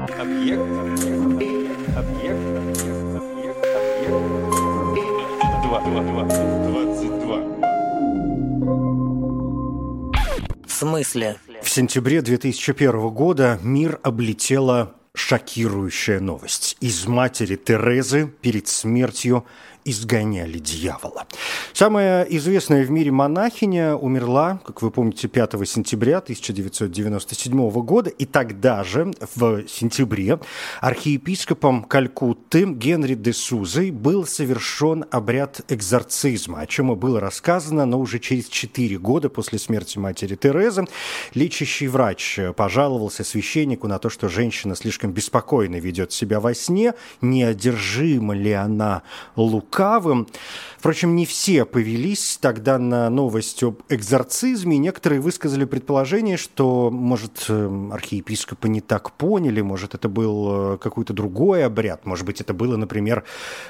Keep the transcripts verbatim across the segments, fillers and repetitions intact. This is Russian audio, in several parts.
Объект. Объект. Объект. Объект. Объект. Два. Два. Два. Двадцать два. В смысле? В сентябре две тысячи первого года мир облетела шокирующая новость. Из матери Терезы перед смертью изгоняли дьявола. Самая известная в мире монахиня умерла, как вы помните, пятого сентября тысяча девятьсот девяносто седьмого года, и тогда же, в сентябре, архиепископом Калькутты Генри де Сузой был совершен обряд экзорцизма, о чем и было рассказано, но уже через четыре года после смерти матери Терезы лечащий врач пожаловался священнику на то, что женщина слишком беспокойно ведет себя во сне, не одержима ли она лукавым. Впрочем, не все повелись тогда на новость об экзорцизме. Некоторые высказали предположение, что, может, архиепископа не так поняли, может, это был какой-то другой обряд, может быть, это было, например,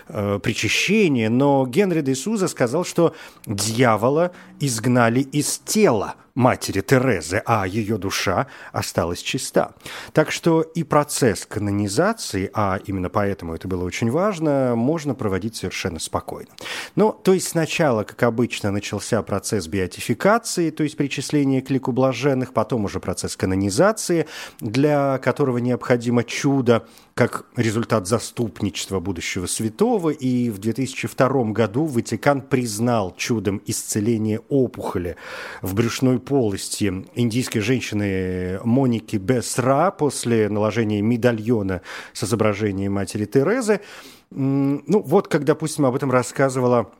причащение. Но Генри де Суза сказал, что дьявола изгнали из тела матери Терезы, а ее душа осталась чиста. Так что и процесс канонизации, а именно поэтому это было очень важно, можно проводить совершенно спокойно. Ну, то есть сначала, как обычно, начался процесс беатификации, то есть причисления к лику блаженных, потом уже процесс канонизации, для которого необходимо чудо, как результат заступничества будущего святого, и в две тысячи втором году Ватикан признал чудом исцеление опухоли в брюшной полости индийской женщины Моники Бесра после наложения медальона с изображением матери Терезы. Ну, вот как, допустим, об этом рассказывала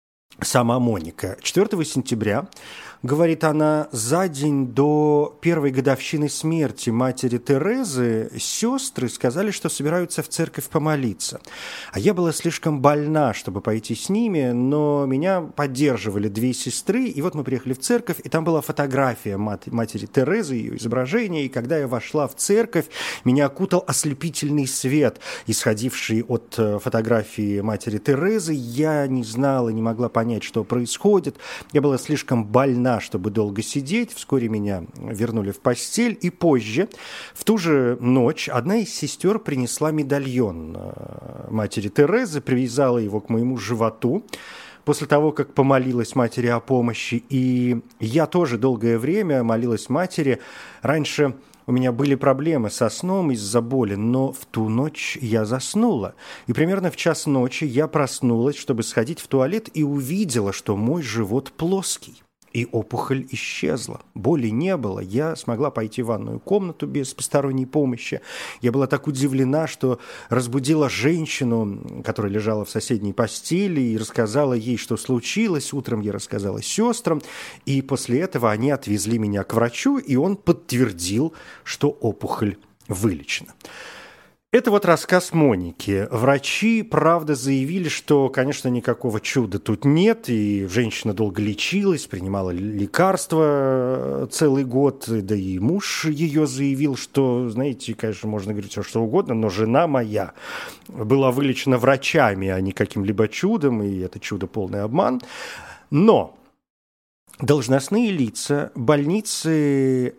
сама Моника. четвёртого сентября, говорит она, за день до первой годовщины смерти матери Терезы сестры сказали, что собираются в церковь помолиться. А я была слишком больна, чтобы пойти с ними, но меня поддерживали две сестры, и вот мы приехали в церковь, и там была фотография матери Терезы, ее изображение, и когда я вошла в церковь, меня окутал ослепительный свет, исходивший от фотографии матери Терезы. Я не знала, не могла понять, что происходит. Я была слишком больна, чтобы долго сидеть. Вскоре меня вернули в постель. И позже, в ту же ночь, одна из сестер принесла медальон матери Терезы, привязала его к моему животу после того, как помолилась матери о помощи. И я тоже долгое время молилась матери. Раньше у меня были проблемы со сном из-за боли, но в ту ночь я заснула. И примерно в час ночи я проснулась, чтобы сходить в туалет, и увидела, что мой живот плоский. И опухоль исчезла. Боли не было. Я смогла пойти в ванную комнату без посторонней помощи. Я была так удивлена, что разбудила женщину, которая лежала в соседней постели, и рассказала ей, что случилось. Утром я рассказала сестрам. И после этого они отвезли меня к врачу, и он подтвердил, что опухоль вылечена. Это вот рассказ Моники. Врачи, правда, заявили, что, конечно, никакого чуда тут нет, и женщина долго лечилась, принимала лекарства целый год, да и муж ее заявил, что, знаете, конечно, можно говорить все, что угодно, но жена моя была вылечена врачами, а не каким-либо чудом, и это чудо полный обман. Но должностные лица больницы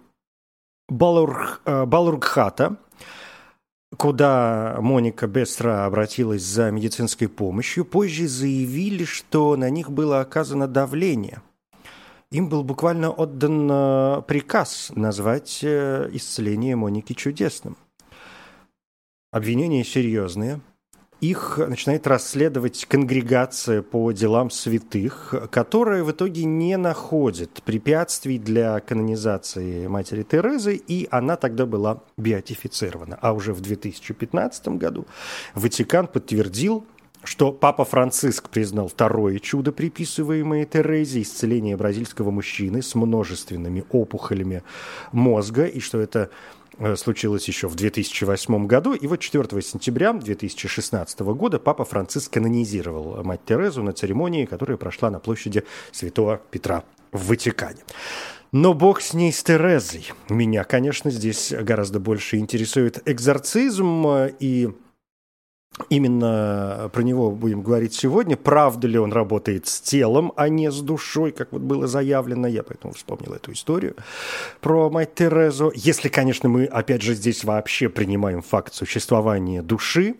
Балург, Балургхата, куда Моника Бесра обратилась за медицинской помощью, позже заявили, что на них было оказано давление. Им был буквально отдан приказ назвать исцеление Моники чудесным. Обвинения серьезные. Их начинает расследовать конгрегация по делам святых, которая в итоге не находит препятствий для канонизации матери Терезы, и она тогда была беатифицирована. А уже в две тысячи пятнадцатом году Ватикан подтвердил, что Папа Франциск признал второе чудо, приписываемое Терезе, исцеление бразильского мужчины с множественными опухолями мозга, и что это случилось еще в две тысячи восьмом году. И вот четвёртого сентября две тысячи шестнадцатого года Папа Франциск канонизировал мать Терезу на церемонии, которая прошла на площади Святого Петра в Ватикане. Но бог с ней, с Терезой. Меня, конечно, здесь гораздо больше интересует экзорцизм, и Именно про него будем говорить сегодня. Правда ли он работает с телом, а не с душой, как вот было заявлено. Я поэтому вспомнил эту историю про мать Терезу. Если, конечно, мы, опять же, здесь вообще принимаем факт существования души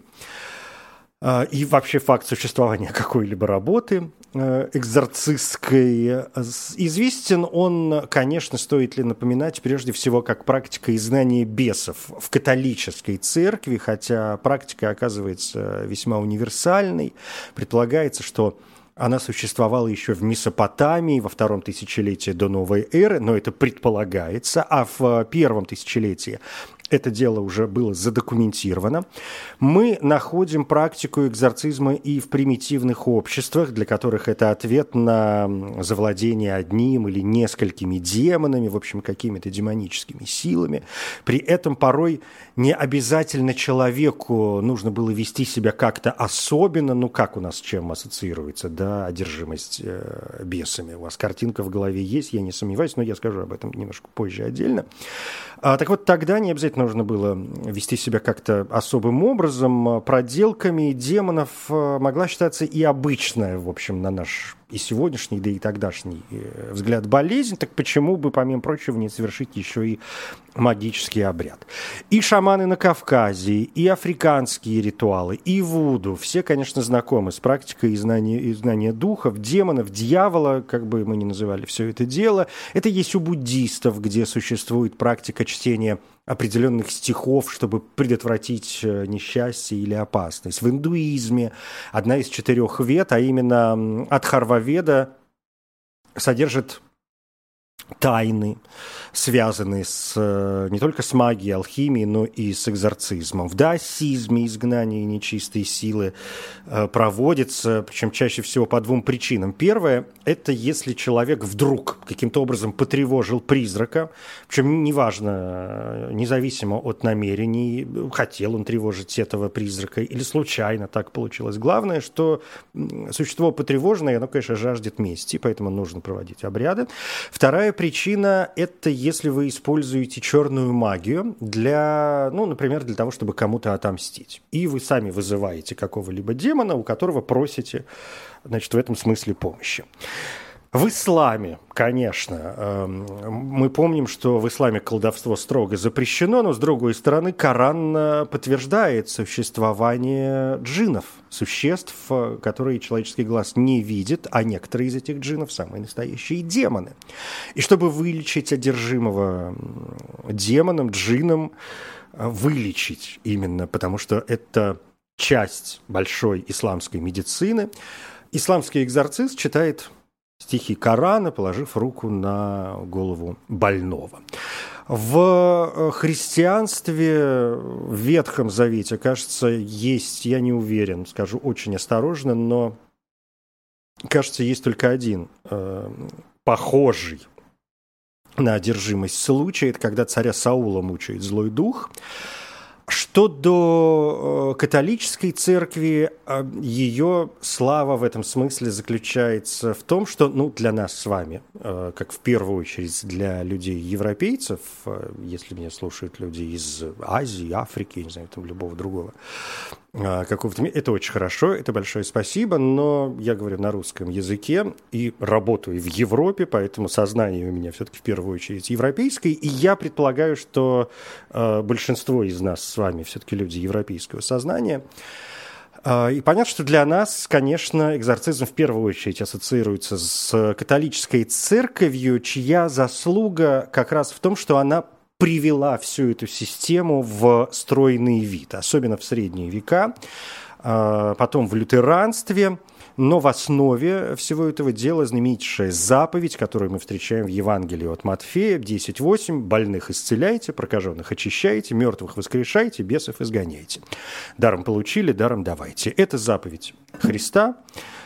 и вообще факт существования какой-либо работы экзорцистской. Известен он, конечно, стоит ли напоминать, прежде всего, как практика изгнания бесов в католической церкви, хотя практика оказывается весьма универсальной. Предполагается, что она существовала еще в Месопотамии во втором тысячелетии до новой эры, но это предполагается, а в первом тысячелетии это дело уже было задокументировано. Мы находим практику экзорцизма и в примитивных обществах, для которых это ответ на завладение одним или несколькими демонами, в общем, какими-то демоническими силами. При этом порой не обязательно человеку нужно было вести себя как-то особенно, ну как у нас с чем ассоциируется, да, одержимость э, бесами. У вас картинка в голове есть, я не сомневаюсь, но я скажу об этом немножко позже отдельно. А, так вот, тогда не обязательно нужно было вести себя как-то особым образом. Проделками демонов могла считаться и обычная, в общем, на наш и сегодняшний, да и тогдашний взгляд болезнь. Так почему бы, помимо прочего, не совершить еще и магический обряд? И шаманы на Кавказе, и африканские ритуалы, и вуду. Все, конечно, знакомы с практикой изгнания, изгнания духов, демонов, дьявола, как бы мы ни называли все это дело. Это есть у буддистов, где существует практика чтения определенных стихов, чтобы предотвратить несчастье или опасность. В индуизме одна из четырех вед, а именно Атхарва-веда, содержит тайны, связанные с, не только с магией, алхимией, но и с экзорцизмом. В даосизме изгнание нечистой силы проводится, причем чаще всего по двум причинам. Первое – это если человек вдруг каким-то образом потревожил призрака, причем неважно, независимо от намерений, хотел он тревожить этого призрака или случайно так получилось. Главное, что существо потревоженное, оно, конечно, жаждет мести, поэтому нужно проводить обряды. Вторая причина – это если вы используете черную магию для, ну, например, для того, чтобы кому-то отомстить. И вы сами вызываете какого-либо демона, у которого просите, значит, в этом смысле помощи. В исламе, конечно, мы помним, что в исламе колдовство строго запрещено, но, с другой стороны, Коран подтверждает существование джиннов, существ, которые человеческий глаз не видит, а некоторые из этих джиннов – самые настоящие демоны. И чтобы вылечить одержимого демоном, джином, вылечить именно, потому что это часть большой исламской медицины, исламский экзорцист читает стихи Корана, положив руку на голову больного. В христианстве, в Ветхом Завете, кажется, есть, я не уверен, скажу очень осторожно, но, кажется, есть только один э, похожий на одержимость случай. Это когда царя Саула мучает злой дух. Что до католической церкви, ее слава в этом смысле заключается в том, что, ну, для нас с вами, как в первую очередь для людей-европейцев, если меня слушают люди из Азии, Африки, не знаю, там любого другого какого-то мира, это очень хорошо, это большое спасибо, но я говорю на русском языке и работаю в Европе, поэтому сознание у меня все-таки в первую очередь европейское, и я предполагаю, что э, большинство из нас с вами все-таки люди европейского сознания. Э, и понятно, что для нас, конечно, экзорцизм в первую очередь ассоциируется с католической церковью, чья заслуга как раз в том, что она привела всю эту систему в стройный вид, особенно в средние века, потом в лютеранстве, но в основе всего этого дела знаменитейшая заповедь, которую мы встречаем в Евангелии от Матфея, десять восемь: «Больных исцеляйте, прокаженных очищайте, мертвых воскрешайте, бесов изгоняйте. Даром получили, даром давайте». Это заповедь Христа.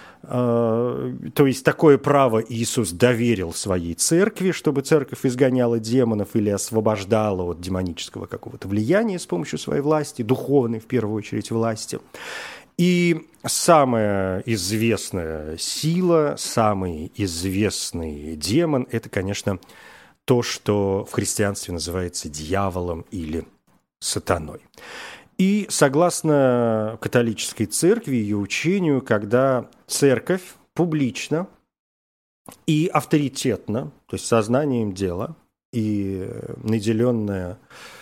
То есть такое право Иисус доверил своей церкви, чтобы церковь изгоняла демонов или освобождала от демонического какого-то влияния с помощью своей власти, духовной в первую очередь власти. И самая известная сила, самый известный демон – это, конечно, то, что в христианстве называется дьяволом или сатаной. И согласно католической церкви, ее учению, когда церковь публично и авторитетно, то есть сознанием дела и наделенная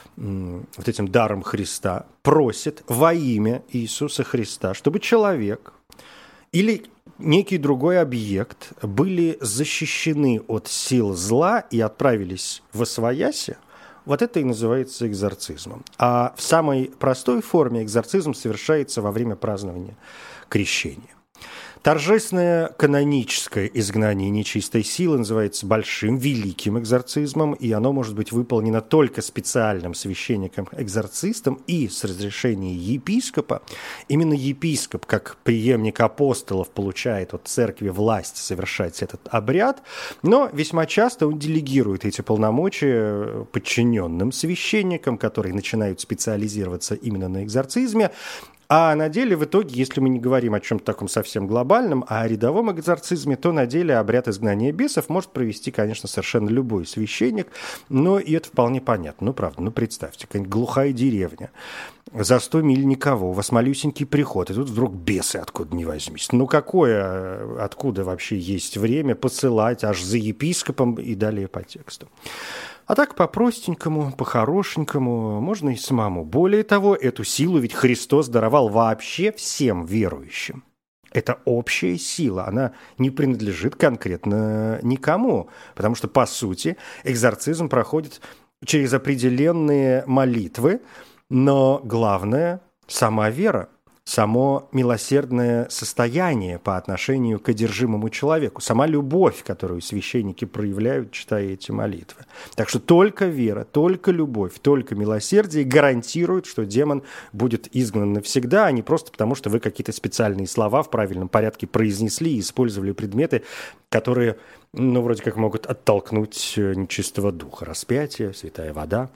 вот этим даром Христа, просит во имя Иисуса Христа, чтобы человек или некий другой объект были защищены от сил зла и отправились восвояси, вот это и называется экзорцизмом. А в самой простой форме экзорцизм совершается во время празднования крещения. Торжественное каноническое изгнание нечистой силы называется большим, великим экзорцизмом, и оно может быть выполнено только специальным священником-экзорцистом и с разрешения епископа. Именно епископ, как преемник апостолов, получает от церкви власть совершать этот обряд, но весьма часто он делегирует эти полномочия подчиненным священникам, которые начинают специализироваться именно на экзорцизме. А на деле в итоге, если мы не говорим о чем-то таком совсем глобальном, а о рядовом экзорцизме, то на деле обряд изгнания бесов может провести, конечно, совершенно любой священник, но и это вполне понятно. Ну, правда, ну представьте, какая-нибудь глухая деревня, за сто миль никого, у вас малюсенький приход, и тут вдруг бесы откуда ни возьмись. Ну, какое, откуда вообще есть время посылать аж за епископом и далее по тексту. А так по-простенькому, по-хорошенькому, можно и самому. Более того, эту силу ведь Христос даровал вообще всем верующим. Это общая сила, она не принадлежит конкретно никому, потому что, по сути, экзорцизм проходит через определенные молитвы, но главное – сама вера. Само милосердное состояние по отношению к одержимому человеку, сама любовь, которую священники проявляют, читая эти молитвы. Так что только вера, только любовь, только милосердие гарантируют, что демон будет изгнан навсегда, а не просто потому, что вы какие-то специальные слова в правильном порядке произнесли и использовали предметы, которые, ну, вроде как могут оттолкнуть нечистого духа. Распятие, святая вода,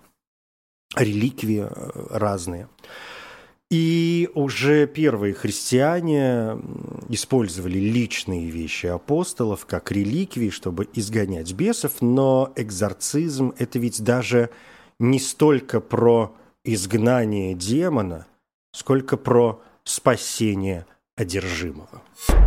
реликвии разные. И уже первые христиане использовали личные вещи апостолов как реликвии, чтобы изгонять бесов, но экзорцизм – это ведь даже не столько про изгнание демона, сколько про спасение одержимого.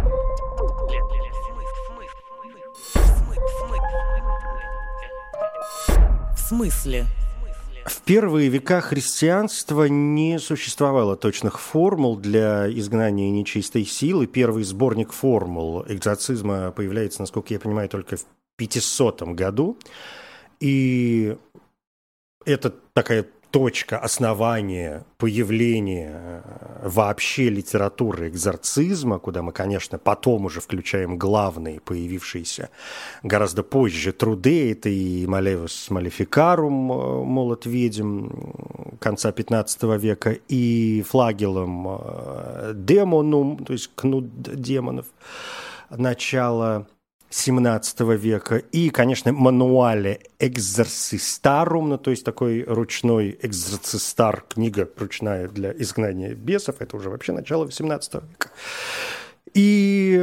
В смысле? В первые века христианства не существовало точных формул для изгнания нечистой силы. Первый сборник формул экзорцизма появляется, насколько я понимаю, только в пятисотом году. И это такая точка основания появления вообще литературы экзорцизма, куда мы, конечно, потом уже включаем главные, появившиеся гораздо позже труды. Это и «Малевус Малефикарум», «Молот ведьм» конца пятнадцатого века, и «Флагелум Демонум», то есть «Кнут демонов» начала семнадцатого века, и, конечно, «Мануале экзорцистарум», ну, то есть такой ручной экзорцистар, книга ручная для изгнания бесов, это уже вообще начало восемнадцатого века. И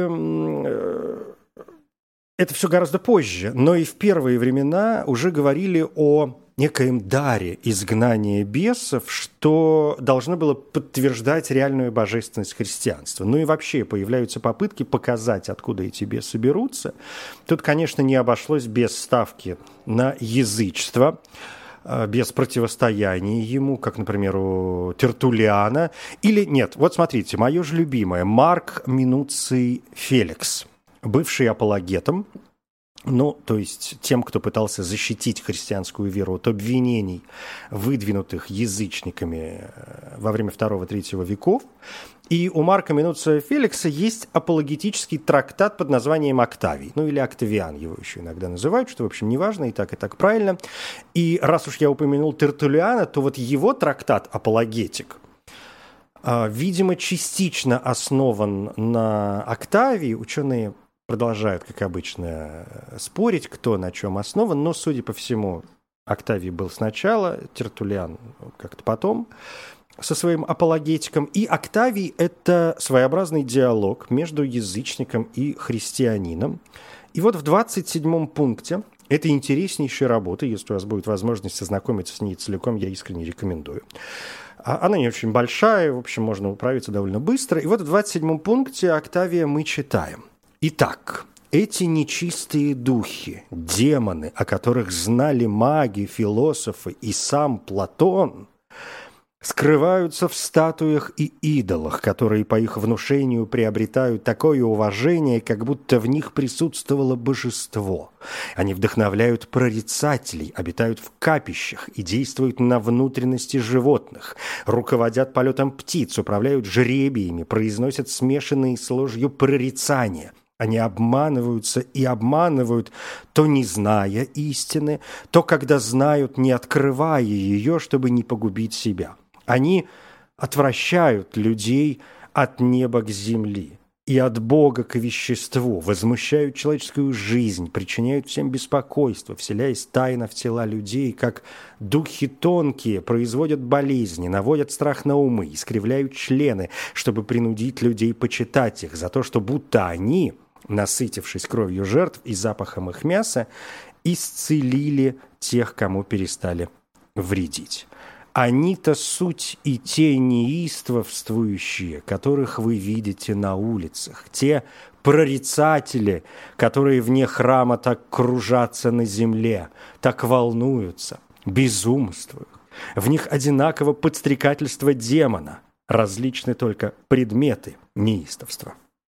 это все гораздо позже, но и в первые времена уже говорили о некоем даре изгнания бесов, что должно было подтверждать реальную божественность христианства. Ну и вообще появляются попытки показать, откуда эти бесы берутся. Тут, конечно, не обошлось без ставки на язычество, без противостояния ему, как, например, у Тертуллиана. Или нет, вот смотрите, мое же любимое, Марк Минуций Феликс, бывший апологетом, ну, то есть тем, кто пытался защитить христианскую веру от обвинений, выдвинутых язычниками во время второго-третьего веков. И у Марка Минуция Феликса есть апологетический трактат под названием «Октавий», ну или «Октавиан» его еще иногда называют, что, в общем, неважно, и так, и так правильно. И раз уж я упомянул Тертуллиана, то вот его трактат «Апологетик», видимо, частично основан на «Октавии». Ученые продолжают, как обычно, спорить, кто на чем основан, но, судя по всему, Октавий был сначала, Тертуллиан как-то потом со своим апологетиком. И Октавий – это своеобразный диалог между язычником и христианином. И вот в двадцать седьмом пункте Это интереснейшая работа, если у вас будет возможность ознакомиться с ней целиком, я искренне рекомендую. Она не очень большая, в общем, можно управиться довольно быстро. И вот в двадцать седьмом пункте Октавия мы читаем. Итак, эти нечистые духи, демоны, о которых знали маги, философы и сам Платон, скрываются в статуях и идолах, которые по их внушению приобретают такое уважение, как будто в них присутствовало божество. Они вдохновляют прорицателей, обитают в капищах и действуют на внутренности животных, руководят полетом птиц, управляют жребиями, произносят смешанные с ложью прорицания. Они обманываются и обманывают, то не зная истины, то, когда знают, не открывая ее, чтобы не погубить себя. Они отвращают людей от неба к земле и от Бога к веществу, возмущают человеческую жизнь, причиняют всем беспокойство, вселяясь тайно в тела людей, как духи тонкие производят болезни, наводят страх на умы, искривляют члены, чтобы принудить людей почитать их за то, что будто они, насытившись кровью жертв и запахом их мяса, исцелили тех, кому перестали вредить. Они-то суть и те неистовствующие, которых вы видите на улицах, те прорицатели, которые вне храма так кружатся на земле, так волнуются, безумствуют. В них одинаково подстрекательство демона, различны только предметы неистовства.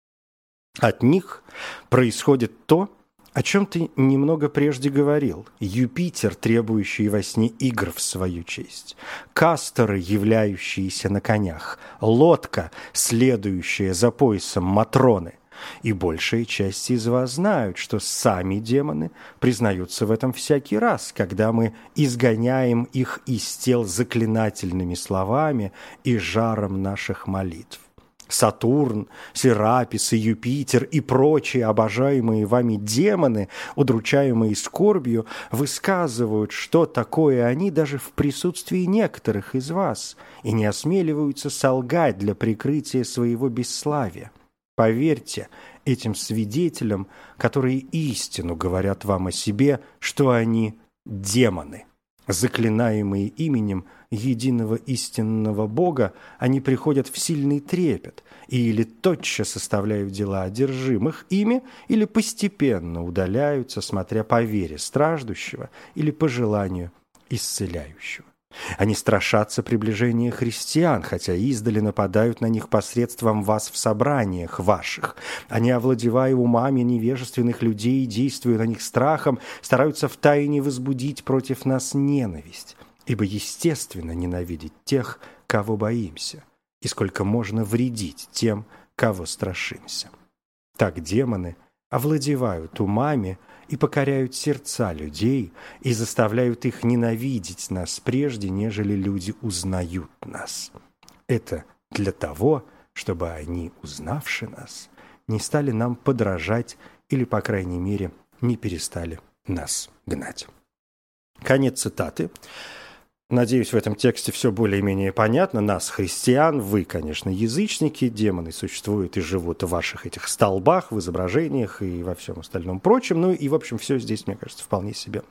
От них происходит то, о чем ты немного прежде говорил. Юпитер, требующий во сне игр в свою честь. Касторы, являющиеся на конях. Лодка, следующая за поясом Матроны. И большая часть из вас знают, что сами демоны признаются в этом всякий раз, когда мы изгоняем их из тел заклинательными словами и жаром наших молитв. Сатурн, Серапис и Юпитер и прочие обожаемые вами демоны, удручаемые скорбью, высказывают, что такое они даже в присутствии некоторых из вас, и не осмеливаются солгать для прикрытия своего бесславия. Поверьте этим свидетелям, которые истину говорят вам о себе, что они демоны. Заклинаемые именем единого истинного Бога, они приходят в сильный трепет и или тотчас составляют дела одержимых ими, или постепенно удаляются, смотря по вере страждущего или по желанию исцеляющего. Они страшатся приближения христиан, хотя издали нападают на них посредством вас в собраниях ваших. Они, овладевая умами невежественных людей, действуя на них страхом, стараются втайне возбудить против нас ненависть. Ибо естественно ненавидеть тех, кого боимся, и сколько можно вредить тем, кого страшимся. Так демоны овладевают умами и покоряют сердца людей и заставляют их ненавидеть нас прежде, нежели люди узнают нас. Это для того, чтобы они, узнавши нас, не стали нам подражать или, по крайней мере, не перестали нас гнать. Конец цитаты. Надеюсь, в этом тексте все более-менее понятно. Нас, христиан, вы, конечно, язычники, демоны существуют и живут в ваших этих столбах, в изображениях и во всем остальном прочем. Ну и, в общем, все здесь, мне кажется, вполне себе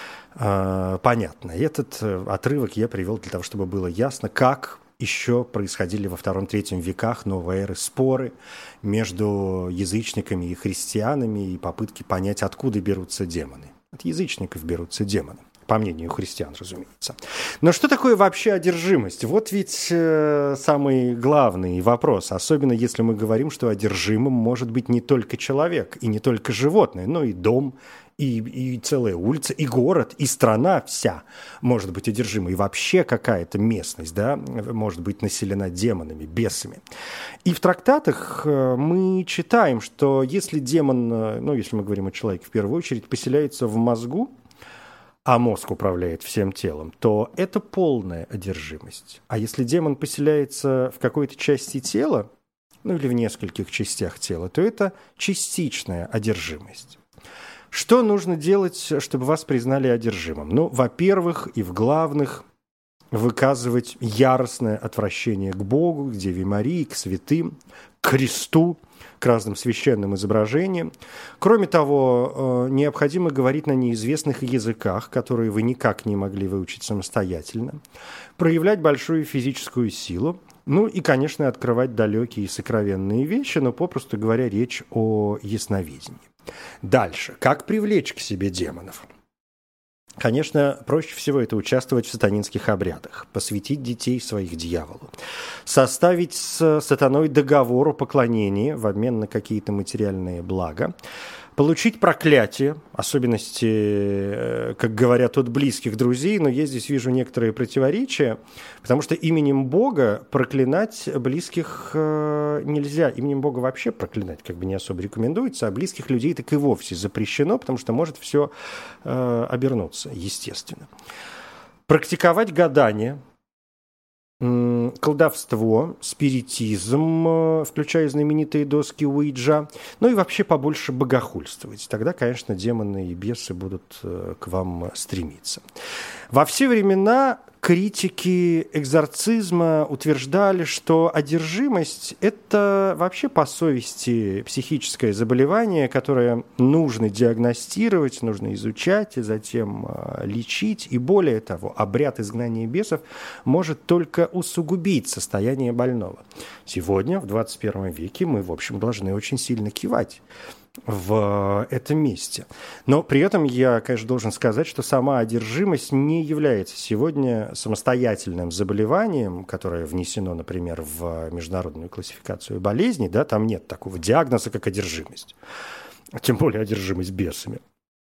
э, понятно. И этот отрывок я привел для того, чтобы было ясно, как еще происходили во втором-третьем веках новой эры споры между язычниками и христианами и попытки понять, откуда берутся демоны. От язычников берутся демоны. По мнению христиан, разумеется. Но что такое вообще одержимость? Вот ведь э, самый главный вопрос, особенно если мы говорим, что одержимым может быть не только человек и не только животное, но и дом, и, и целая улица, и город, и страна вся может быть одержима, и вообще какая-то местность, да, может быть населена демонами, бесами. И в трактатах мы читаем, что если демон, ну, если мы говорим о человеке в первую очередь, поселяется в мозгу, а мозг управляет всем телом, то это полная одержимость. А если демон поселяется в какой-то части тела, ну или в нескольких частях тела, то это частичная одержимость. Что нужно делать, чтобы вас признали одержимым? Ну, во-первых, и в главных, выказывать яростное отвращение к Богу, к Деве Марии, к святым, к кресту, к разным священным изображениям. Кроме того, необходимо говорить на неизвестных языках, которые вы никак не могли выучить самостоятельно, проявлять большую физическую силу, ну и, конечно, открывать далекие и сокровенные вещи, но, попросту говоря, речь о ясновидении. Дальше. Как привлечь к себе демонов? Конечно, проще всего это участвовать в сатанинских обрядах, посвятить детей своих дьяволу, составить с сатаной договор о поклонении в обмен на какие-то материальные блага, получить проклятие, особенности, как говорят, от близких друзей, но я здесь вижу некоторые противоречия, потому что именем Бога проклинать близких нельзя, именем Бога вообще проклинать как бы не особо рекомендуется, а близких людей так и вовсе запрещено, потому что может все обернуться, естественно. Практиковать гадание, колдовство, спиритизм, включая знаменитые доски Уиджа, ну и вообще побольше богохульствовать. Тогда, конечно, демоны и бесы будут к вам стремиться. Во все времена критики экзорцизма утверждали, что одержимость – это вообще по совести психическое заболевание, которое нужно диагностировать, нужно изучать и затем лечить. И более того, обряд изгнания бесов может только усугубить состояние больного. Сегодня, в двадцать первом веке, мы, в общем, должны очень сильно кивать в этом месте. Но при этом я, конечно, должен сказать, что сама одержимость не является сегодня самостоятельным заболеванием, которое внесено, например, в международную классификацию болезней. Да, там нет такого диагноза, как одержимость. Тем более одержимость бесами.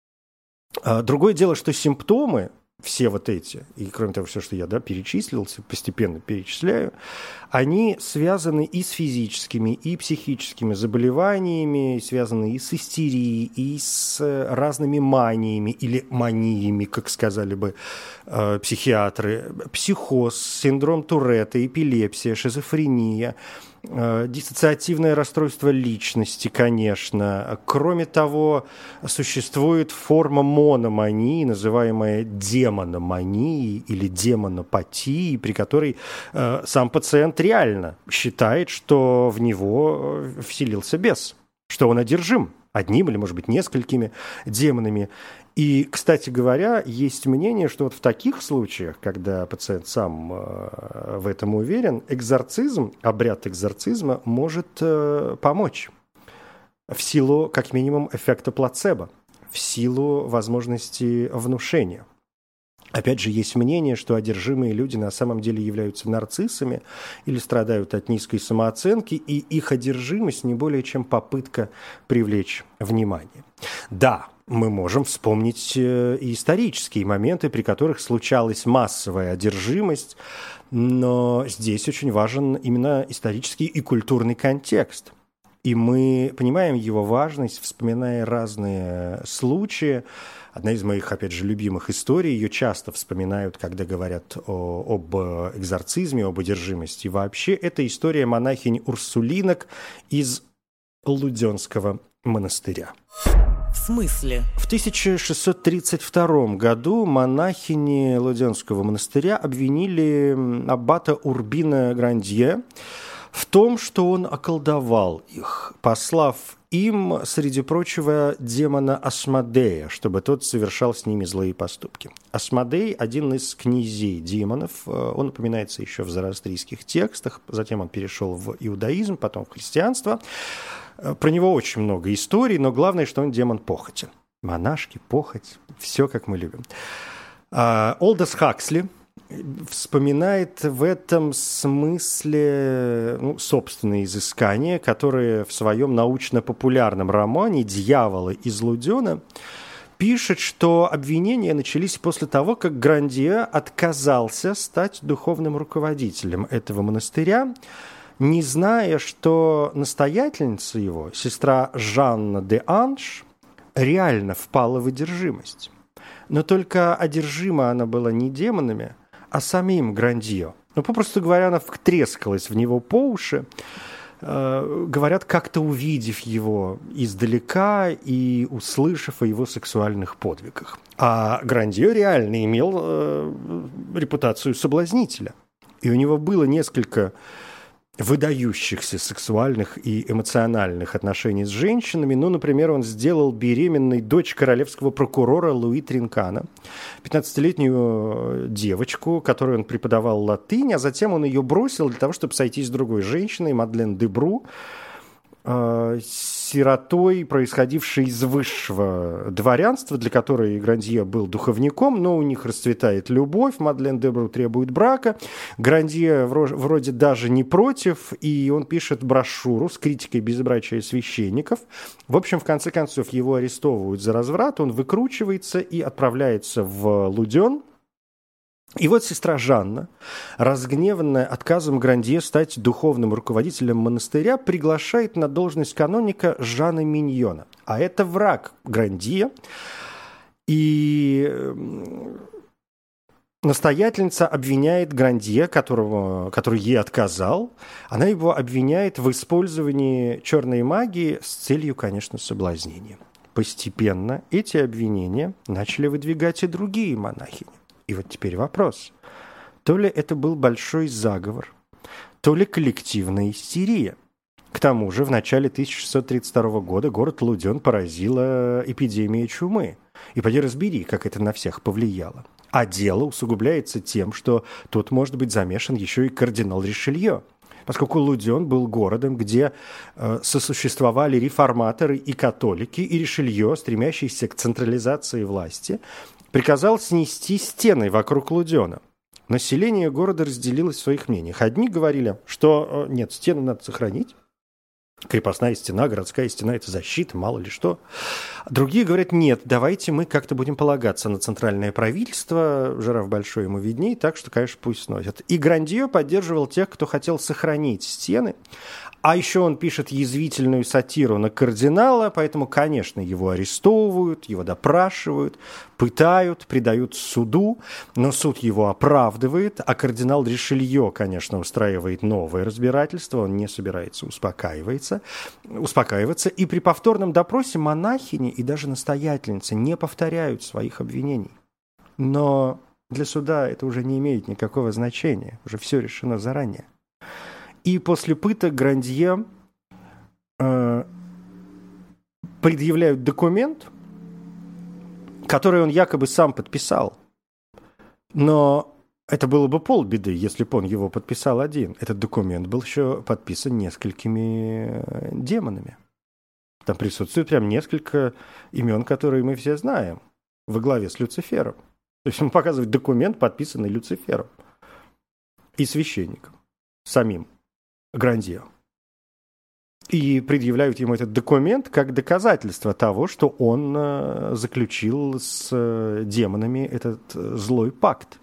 Другое дело, что симптомы, все вот эти, и кроме того, все, что я да, перечислил, постепенно перечисляю, они связаны и с физическими, и психическими заболеваниями, связаны и с истерией, и с разными маниями, или маниями, как сказали бы э, психиатры, психоз, синдром Туретта, эпилепсия, шизофрения, диссоциативное расстройство личности, конечно. Кроме того, существует форма мономании, называемая демономанией или демонопатией, при которой э, сам пациент реально считает, что в него вселился бес, что он одержим одним или, может быть, несколькими демонами. И, кстати говоря, есть мнение, что вот в таких случаях, когда пациент сам э, в этом уверен, экзорцизм, обряд экзорцизма может э, помочь в силу, как минимум, эффекта плацебо, в силу возможности внушения. Опять же, есть мнение, что одержимые люди на самом деле являются нарциссами или страдают от низкой самооценки, и их одержимость не более чем попытка привлечь внимание. Да, мы можем вспомнить и исторические моменты, при которых случалась массовая одержимость, но здесь очень важен именно исторический и культурный контекст. И мы понимаем его важность, вспоминая разные случаи. Одна из моих, опять же, любимых историй, ее часто вспоминают, когда говорят о, об экзорцизме, об одержимости. Вообще, это история монахинь Урсулинок из Луденского монастыря. В смысле? В тысяча шестьсот тридцать втором году монахини Луденского монастыря обвинили аббата Урбина Грандье в том, что он околдовал их, послав им, среди прочего, демона Асмодея, чтобы тот совершал с ними злые поступки. Асмодей – один из князей демонов, он упоминается еще в зороастрийских текстах, затем он перешел в иудаизм, потом в христианство. Про него очень много историй, но главное, что он демон похоти. Монашки, похоть, все как мы любим. Олдос Хаксли вспоминает в этом смысле ну, собственные изыскания, которые в своем научно-популярном романе «Дьяволы из Лудена» пишет, что обвинения начались после того, как Грандье отказался стать духовным руководителем этого монастыря, не зная, что настоятельница его, сестра Жанна де Анж, реально впала в одержимость. Но только одержима она была не демонами, а самим Грандье. Ну, попросту говоря, она втрескалась в него по уши, э, говорят, как-то увидев его издалека и услышав о его сексуальных подвигах. А Грандье реально имел э, репутацию соблазнителя. И у него было несколько выдающихся сексуальных и эмоциональных отношений с женщинами. Ну, например, он сделал беременной дочь королевского прокурора Луи Тринкана, пятнадцатилетнюю девочку, которой он преподавал латынь, а затем он ее бросил для того, чтобы сойтись с другой женщиной, Мадлен де Бру, сиротой, происходившей из высшего дворянства, для которой Грандье был духовником, но у них расцветает любовь, Мадлен де Бру требует брака, Грандье вроде даже не против, и он пишет брошюру с критикой безбрачия священников. В общем, в конце концов, его арестовывают за разврат, он выкручивается и отправляется в Луден. И вот сестра Жанна, разгневанная отказом Грандье стать духовным руководителем монастыря, приглашает на должность каноника Жана Миньона. А это враг Грандье. И настоятельница обвиняет Грандье, которого, который ей отказал. Она его обвиняет в использовании черной магии с целью, конечно, соблазнения. Постепенно эти обвинения начали выдвигать и другие монахини. И вот теперь вопрос. То ли это был большой заговор, то ли коллективная истерия. К тому же в начале тысяча шестьсот тридцать второго года город Луден поразила эпидемия чумы. И поди разбери, как это на всех повлияло. А дело усугубляется тем, что тут может быть замешан еще и кардинал Ришелье. Поскольку Луден был городом, где э, сосуществовали реформаторы и католики, и Ришелье, стремящийся к централизации власти, приказал снести стены вокруг Лудена. Население города разделилось в своих мнениях. Одни говорили, что нет, стены надо сохранить. Крепостная стена, городская стена – это защита, мало ли что. Другие говорят, нет, давайте мы как-то будем полагаться на центральное правительство. Жираф большой, ему видней, так что, конечно, пусть сносят. И Грандье поддерживал тех, кто хотел сохранить стены. А еще он пишет язвительную сатиру на кардинала, поэтому, конечно, его арестовывают, его допрашивают, пытают, предают суду, но суд его оправдывает, а кардинал Ришелье, конечно, устраивает новое разбирательство, он не собирается успокаиваться, успокаиваться, и при повторном допросе монахини и даже настоятельницы не повторяют своих обвинений. Но для суда это уже не имеет никакого значения, уже все решено заранее. И после пыток Грандье э, предъявляют документ, который он якобы сам подписал. Но это было бы полбеды, если бы он его подписал один. Этот документ был еще подписан несколькими демонами. Там присутствует прям несколько имен, которые мы все знаем, во главе с Люцифером. То есть он показывает документ, подписанный Люцифером и священником самим Грандье. И предъявляют ему этот документ как доказательство того, что он э, заключил с э, демонами этот э, злой пакт.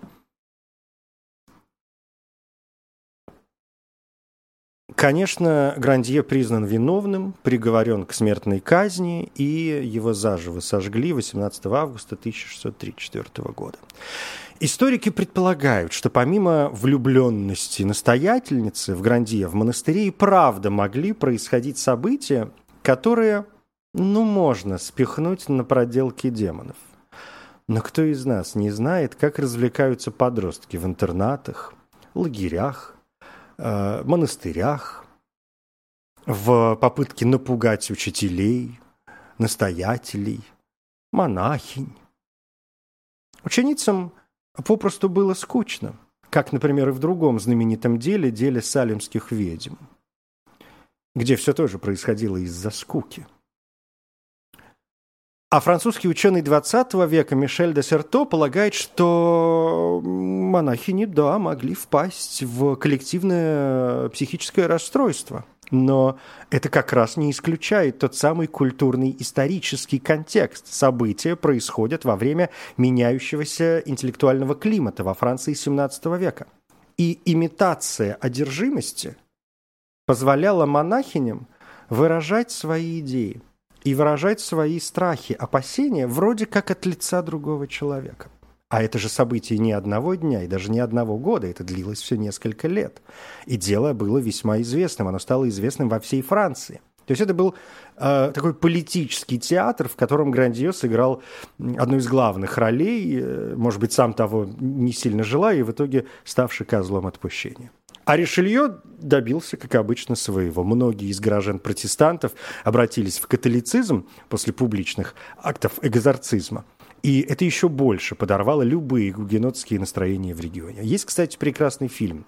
Конечно, Грандье признан виновным, приговорен к смертной казни, и его заживо сожгли восемнадцатого августа тысяча шестьсот тридцать четвёртого года. Историки предполагают, что помимо влюбленности настоятельницы в Грандье в монастыре и правда могли происходить события, которые, ну, можно спихнуть на проделки демонов. Но кто из нас не знает, как развлекаются подростки в интернатах, лагерях, э, монастырях, в попытке напугать учителей, настоятелей, монахинь. Ученицам попросту было скучно, как, например, и в другом знаменитом деле, деле салемских ведьм, где все тоже происходило из-за скуки. А французский ученый двадцатого века Мишель де Серто полагает, что монахини, да, могли впасть в коллективное психическое расстройство. Но это как раз не исключает тот самый культурный исторический контекст. События происходят во время меняющегося интеллектуального климата во Франции семнадцатого века. И имитация одержимости позволяла монахиням выражать свои идеи и выражать свои страхи, опасения вроде как от лица другого человека. А это же событие не одного дня и даже не одного года, это длилось все несколько лет. И дело было весьма известным, оно стало известным во всей Франции. То есть это был э, такой политический театр, в котором Грандье сыграл одну из главных ролей, э, может быть, сам того не сильно желая, и в итоге ставший козлом отпущения. А Ришелье добился, как обычно, своего. Многие из горожан-протестантов обратились в католицизм после публичных актов экзорцизма. И это еще больше подорвало любые гугенотские настроения в регионе. Есть, кстати, прекрасный фильм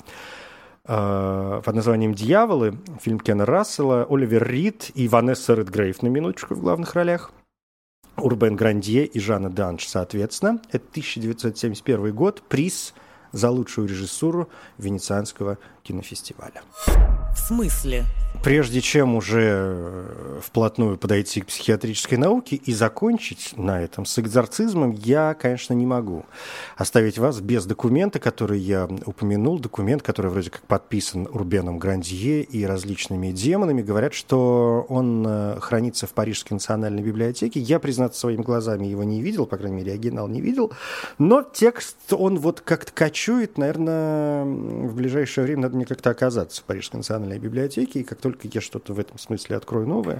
э, под названием «Дьяволы», фильм Кена Рассела, Оливер Рид и Ванесса Редгрейв на минуточку в главных ролях, Урбен Грандье и Жанна Данш, соответственно. Это тысяча девятьсот семьдесят первый год, приз за лучшую режиссуру Венецианского кинофестиваля. В смысле? Прежде чем уже вплотную подойти к психиатрической науке и закончить на этом с экзорцизмом, я, конечно, не могу оставить вас без документа, который я упомянул. Документ, который вроде как подписан Урбеном Грандье и различными демонами. Говорят, что он хранится в Парижской национальной библиотеке. Я, признаться, своими глазами его не видел, по крайней мере, оригинал не видел. Но текст, он вот как-то кочует. Наверное, в ближайшее время надо мне как-то оказаться в Парижской национальной библиотеке, и как только я что-то в этом смысле открою новое,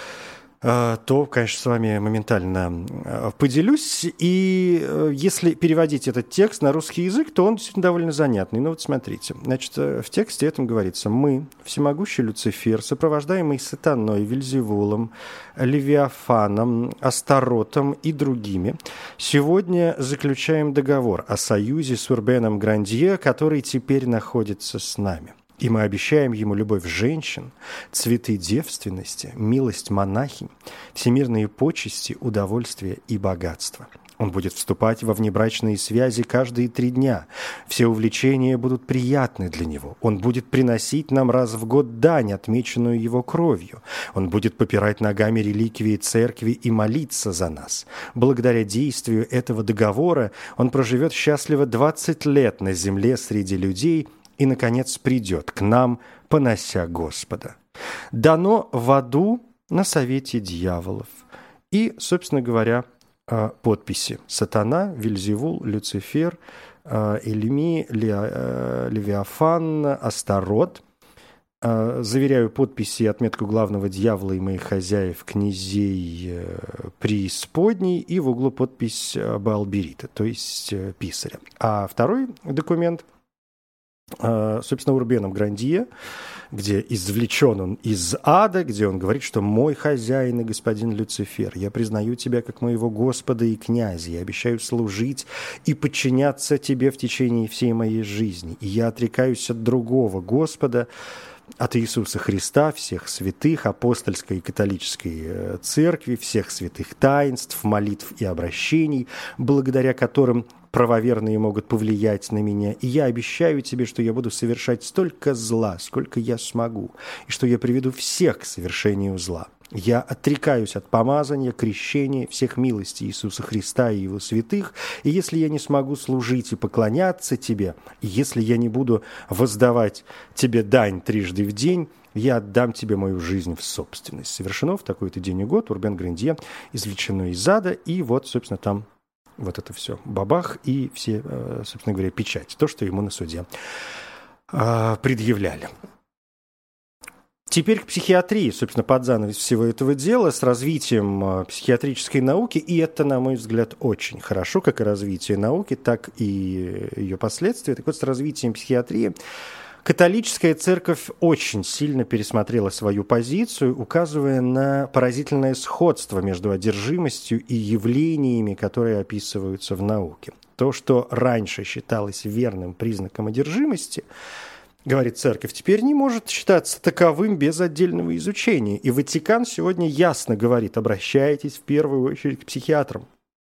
то, конечно, с вами моментально поделюсь. И если переводить этот текст на русский язык, то он действительно довольно занятный. Ну вот смотрите. Значит, в тексте этом говорится: «Мы, всемогущий Люцифер, сопровождаемый Сатаной, Вельзевулом, Левиафаном, Астаротом и другими, сегодня заключаем договор о союзе с Урбеном Грандье, который теперь находится с нами. И мы обещаем ему любовь женщин, цветы девственности, милость монахинь, всемирные почести, удовольствие и богатство. Он будет вступать во внебрачные связи каждые три дня. Все увлечения будут приятны для него. Он будет приносить нам раз в год дань, отмеченную его кровью. Он будет попирать ногами реликвии церкви и молиться за нас. Благодаря действию этого договора он проживет счастливо двадцать лет на земле среди людей и, наконец, придет к нам, понося Господа. Дано в аду на совете дьяволов». И, собственно говоря, подписи: Сатана, Вельзевул, Люцифер, Эльми, Левиафан, Астарот. Заверяю подписи и отметку главного дьявола и моих хозяев, князей преисподней, и в углу подпись Баалберита, то есть писаря. А второй документ, собственно, Урбеном Грандье, где извлечен он из ада, где он говорит, что «мой хозяин и господин Люцифер, я признаю тебя как моего Господа и князя, я обещаю служить и подчиняться тебе в течение всей моей жизни, и я отрекаюсь от другого Господа, от Иисуса Христа, всех святых, апостольской и католической церкви, всех святых таинств, молитв и обращений, благодаря которым правоверные могут повлиять на меня. И я обещаю тебе, что я буду совершать столько зла, сколько я смогу, и что я приведу всех к совершению зла. Я отрекаюсь от помазания, крещения, всех милостей Иисуса Христа и Его святых, и если я не смогу служить и поклоняться тебе, и если я не буду воздавать тебе дань трижды в день, я отдам тебе мою жизнь в собственность». Совершено в такой-то день и год. Урбен Грандье извлечено из ада, и вот, собственно, там вот это все бабах и все, собственно говоря, печать, то, что ему на суде предъявляли. Теперь к психиатрии, собственно, под занавес всего этого дела, с развитием психиатрической науки, и это, на мой взгляд, очень хорошо, как и развитие науки, так и ее последствия. Так вот, с развитием психиатрии католическая церковь очень сильно пересмотрела свою позицию, указывая на поразительное сходство между одержимостью и явлениями, которые описываются в науке. То, что раньше считалось верным признаком одержимости, говорит церковь, теперь не может считаться таковым без отдельного изучения. И Ватикан сегодня ясно говорит: обращайтесь в первую очередь к психиатрам.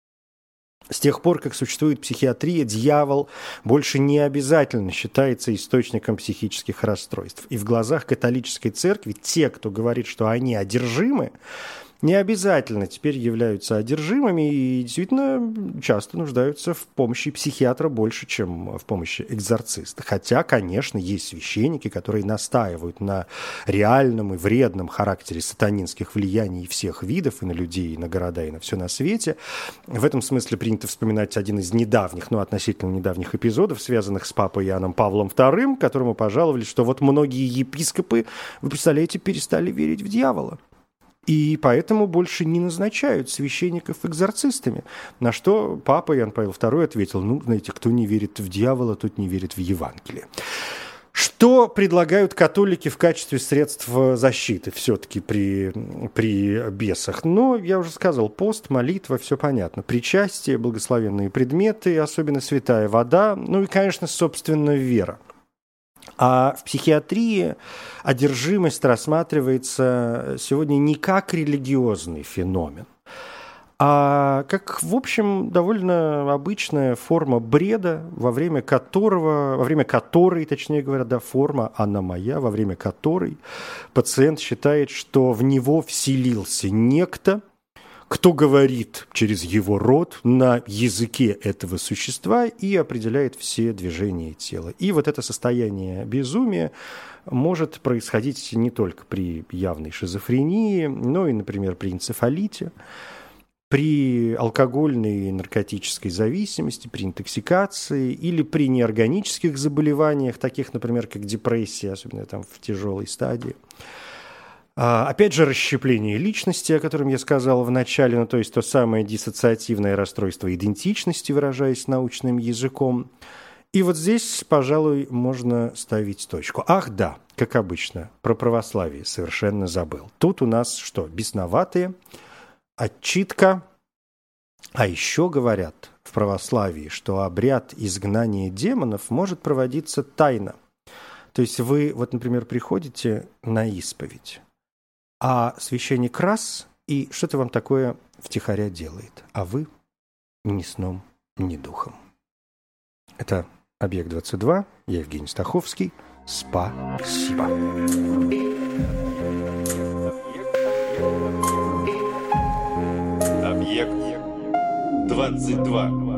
С тех пор, как существует психиатрия, дьявол больше не обязательно считается источником психических расстройств. И в глазах католической церкви те, кто говорит, что они одержимы, не обязательно теперь являются одержимыми и действительно часто нуждаются в помощи психиатра больше, чем в помощи экзорциста. Хотя, конечно, есть священники, которые настаивают на реальном и вредном характере сатанинских влияний всех видов, и на людей, и на города, и на все на свете. В этом смысле принято вспоминать один из недавних, ну, относительно недавних эпизодов, связанных с папой Иоанном Павлом вторым, которому пожаловали, что вот многие епископы, вы представляете, перестали верить в дьявола. И поэтому больше не назначают священников экзорцистами. На что папа Иоанн Павел второй ответил: ну, знаете, кто не верит в дьявола, тот не верит в Евангелие. Что предлагают католики в качестве средств защиты все-таки при, при бесах? Ну, я уже сказал, пост, молитва, все понятно. Причастие, благословенные предметы, особенно святая вода, ну и, конечно, собственно, вера. А в психиатрии одержимость рассматривается сегодня не как религиозный феномен, а как, в общем, довольно обычная форма бреда, во время которого, во время которой, точнее говоря, да, форма «она моя», во время которой пациент считает, что в него вселился некто, кто говорит через его рот на языке этого существа и определяет все движения тела. И вот это состояние безумия может происходить не только при явной шизофрении, но и, например, при энцефалите, при алкогольной и наркотической зависимости, при интоксикации или при неорганических заболеваниях, таких, например, как депрессия, особенно там в тяжелой стадии. Опять же, расщепление личности, о котором я сказал в начале, ну, то есть то самое диссоциативное расстройство идентичности, выражаясь научным языком. И вот здесь, пожалуй, можно ставить точку. Ах, да, как обычно, про православие совершенно забыл. Тут у нас что, бесноватые, отчитка. А еще говорят в православии, что обряд изгнания демонов может проводиться тайно. То есть вы, вот, например, приходите на исповедь, а священник раз и что-то вам такое втихаря делает, а вы ни сном, ни духом. Это «Объект двадцать два», я Евгений Стаховский. Спасибо. Объект двадцать два.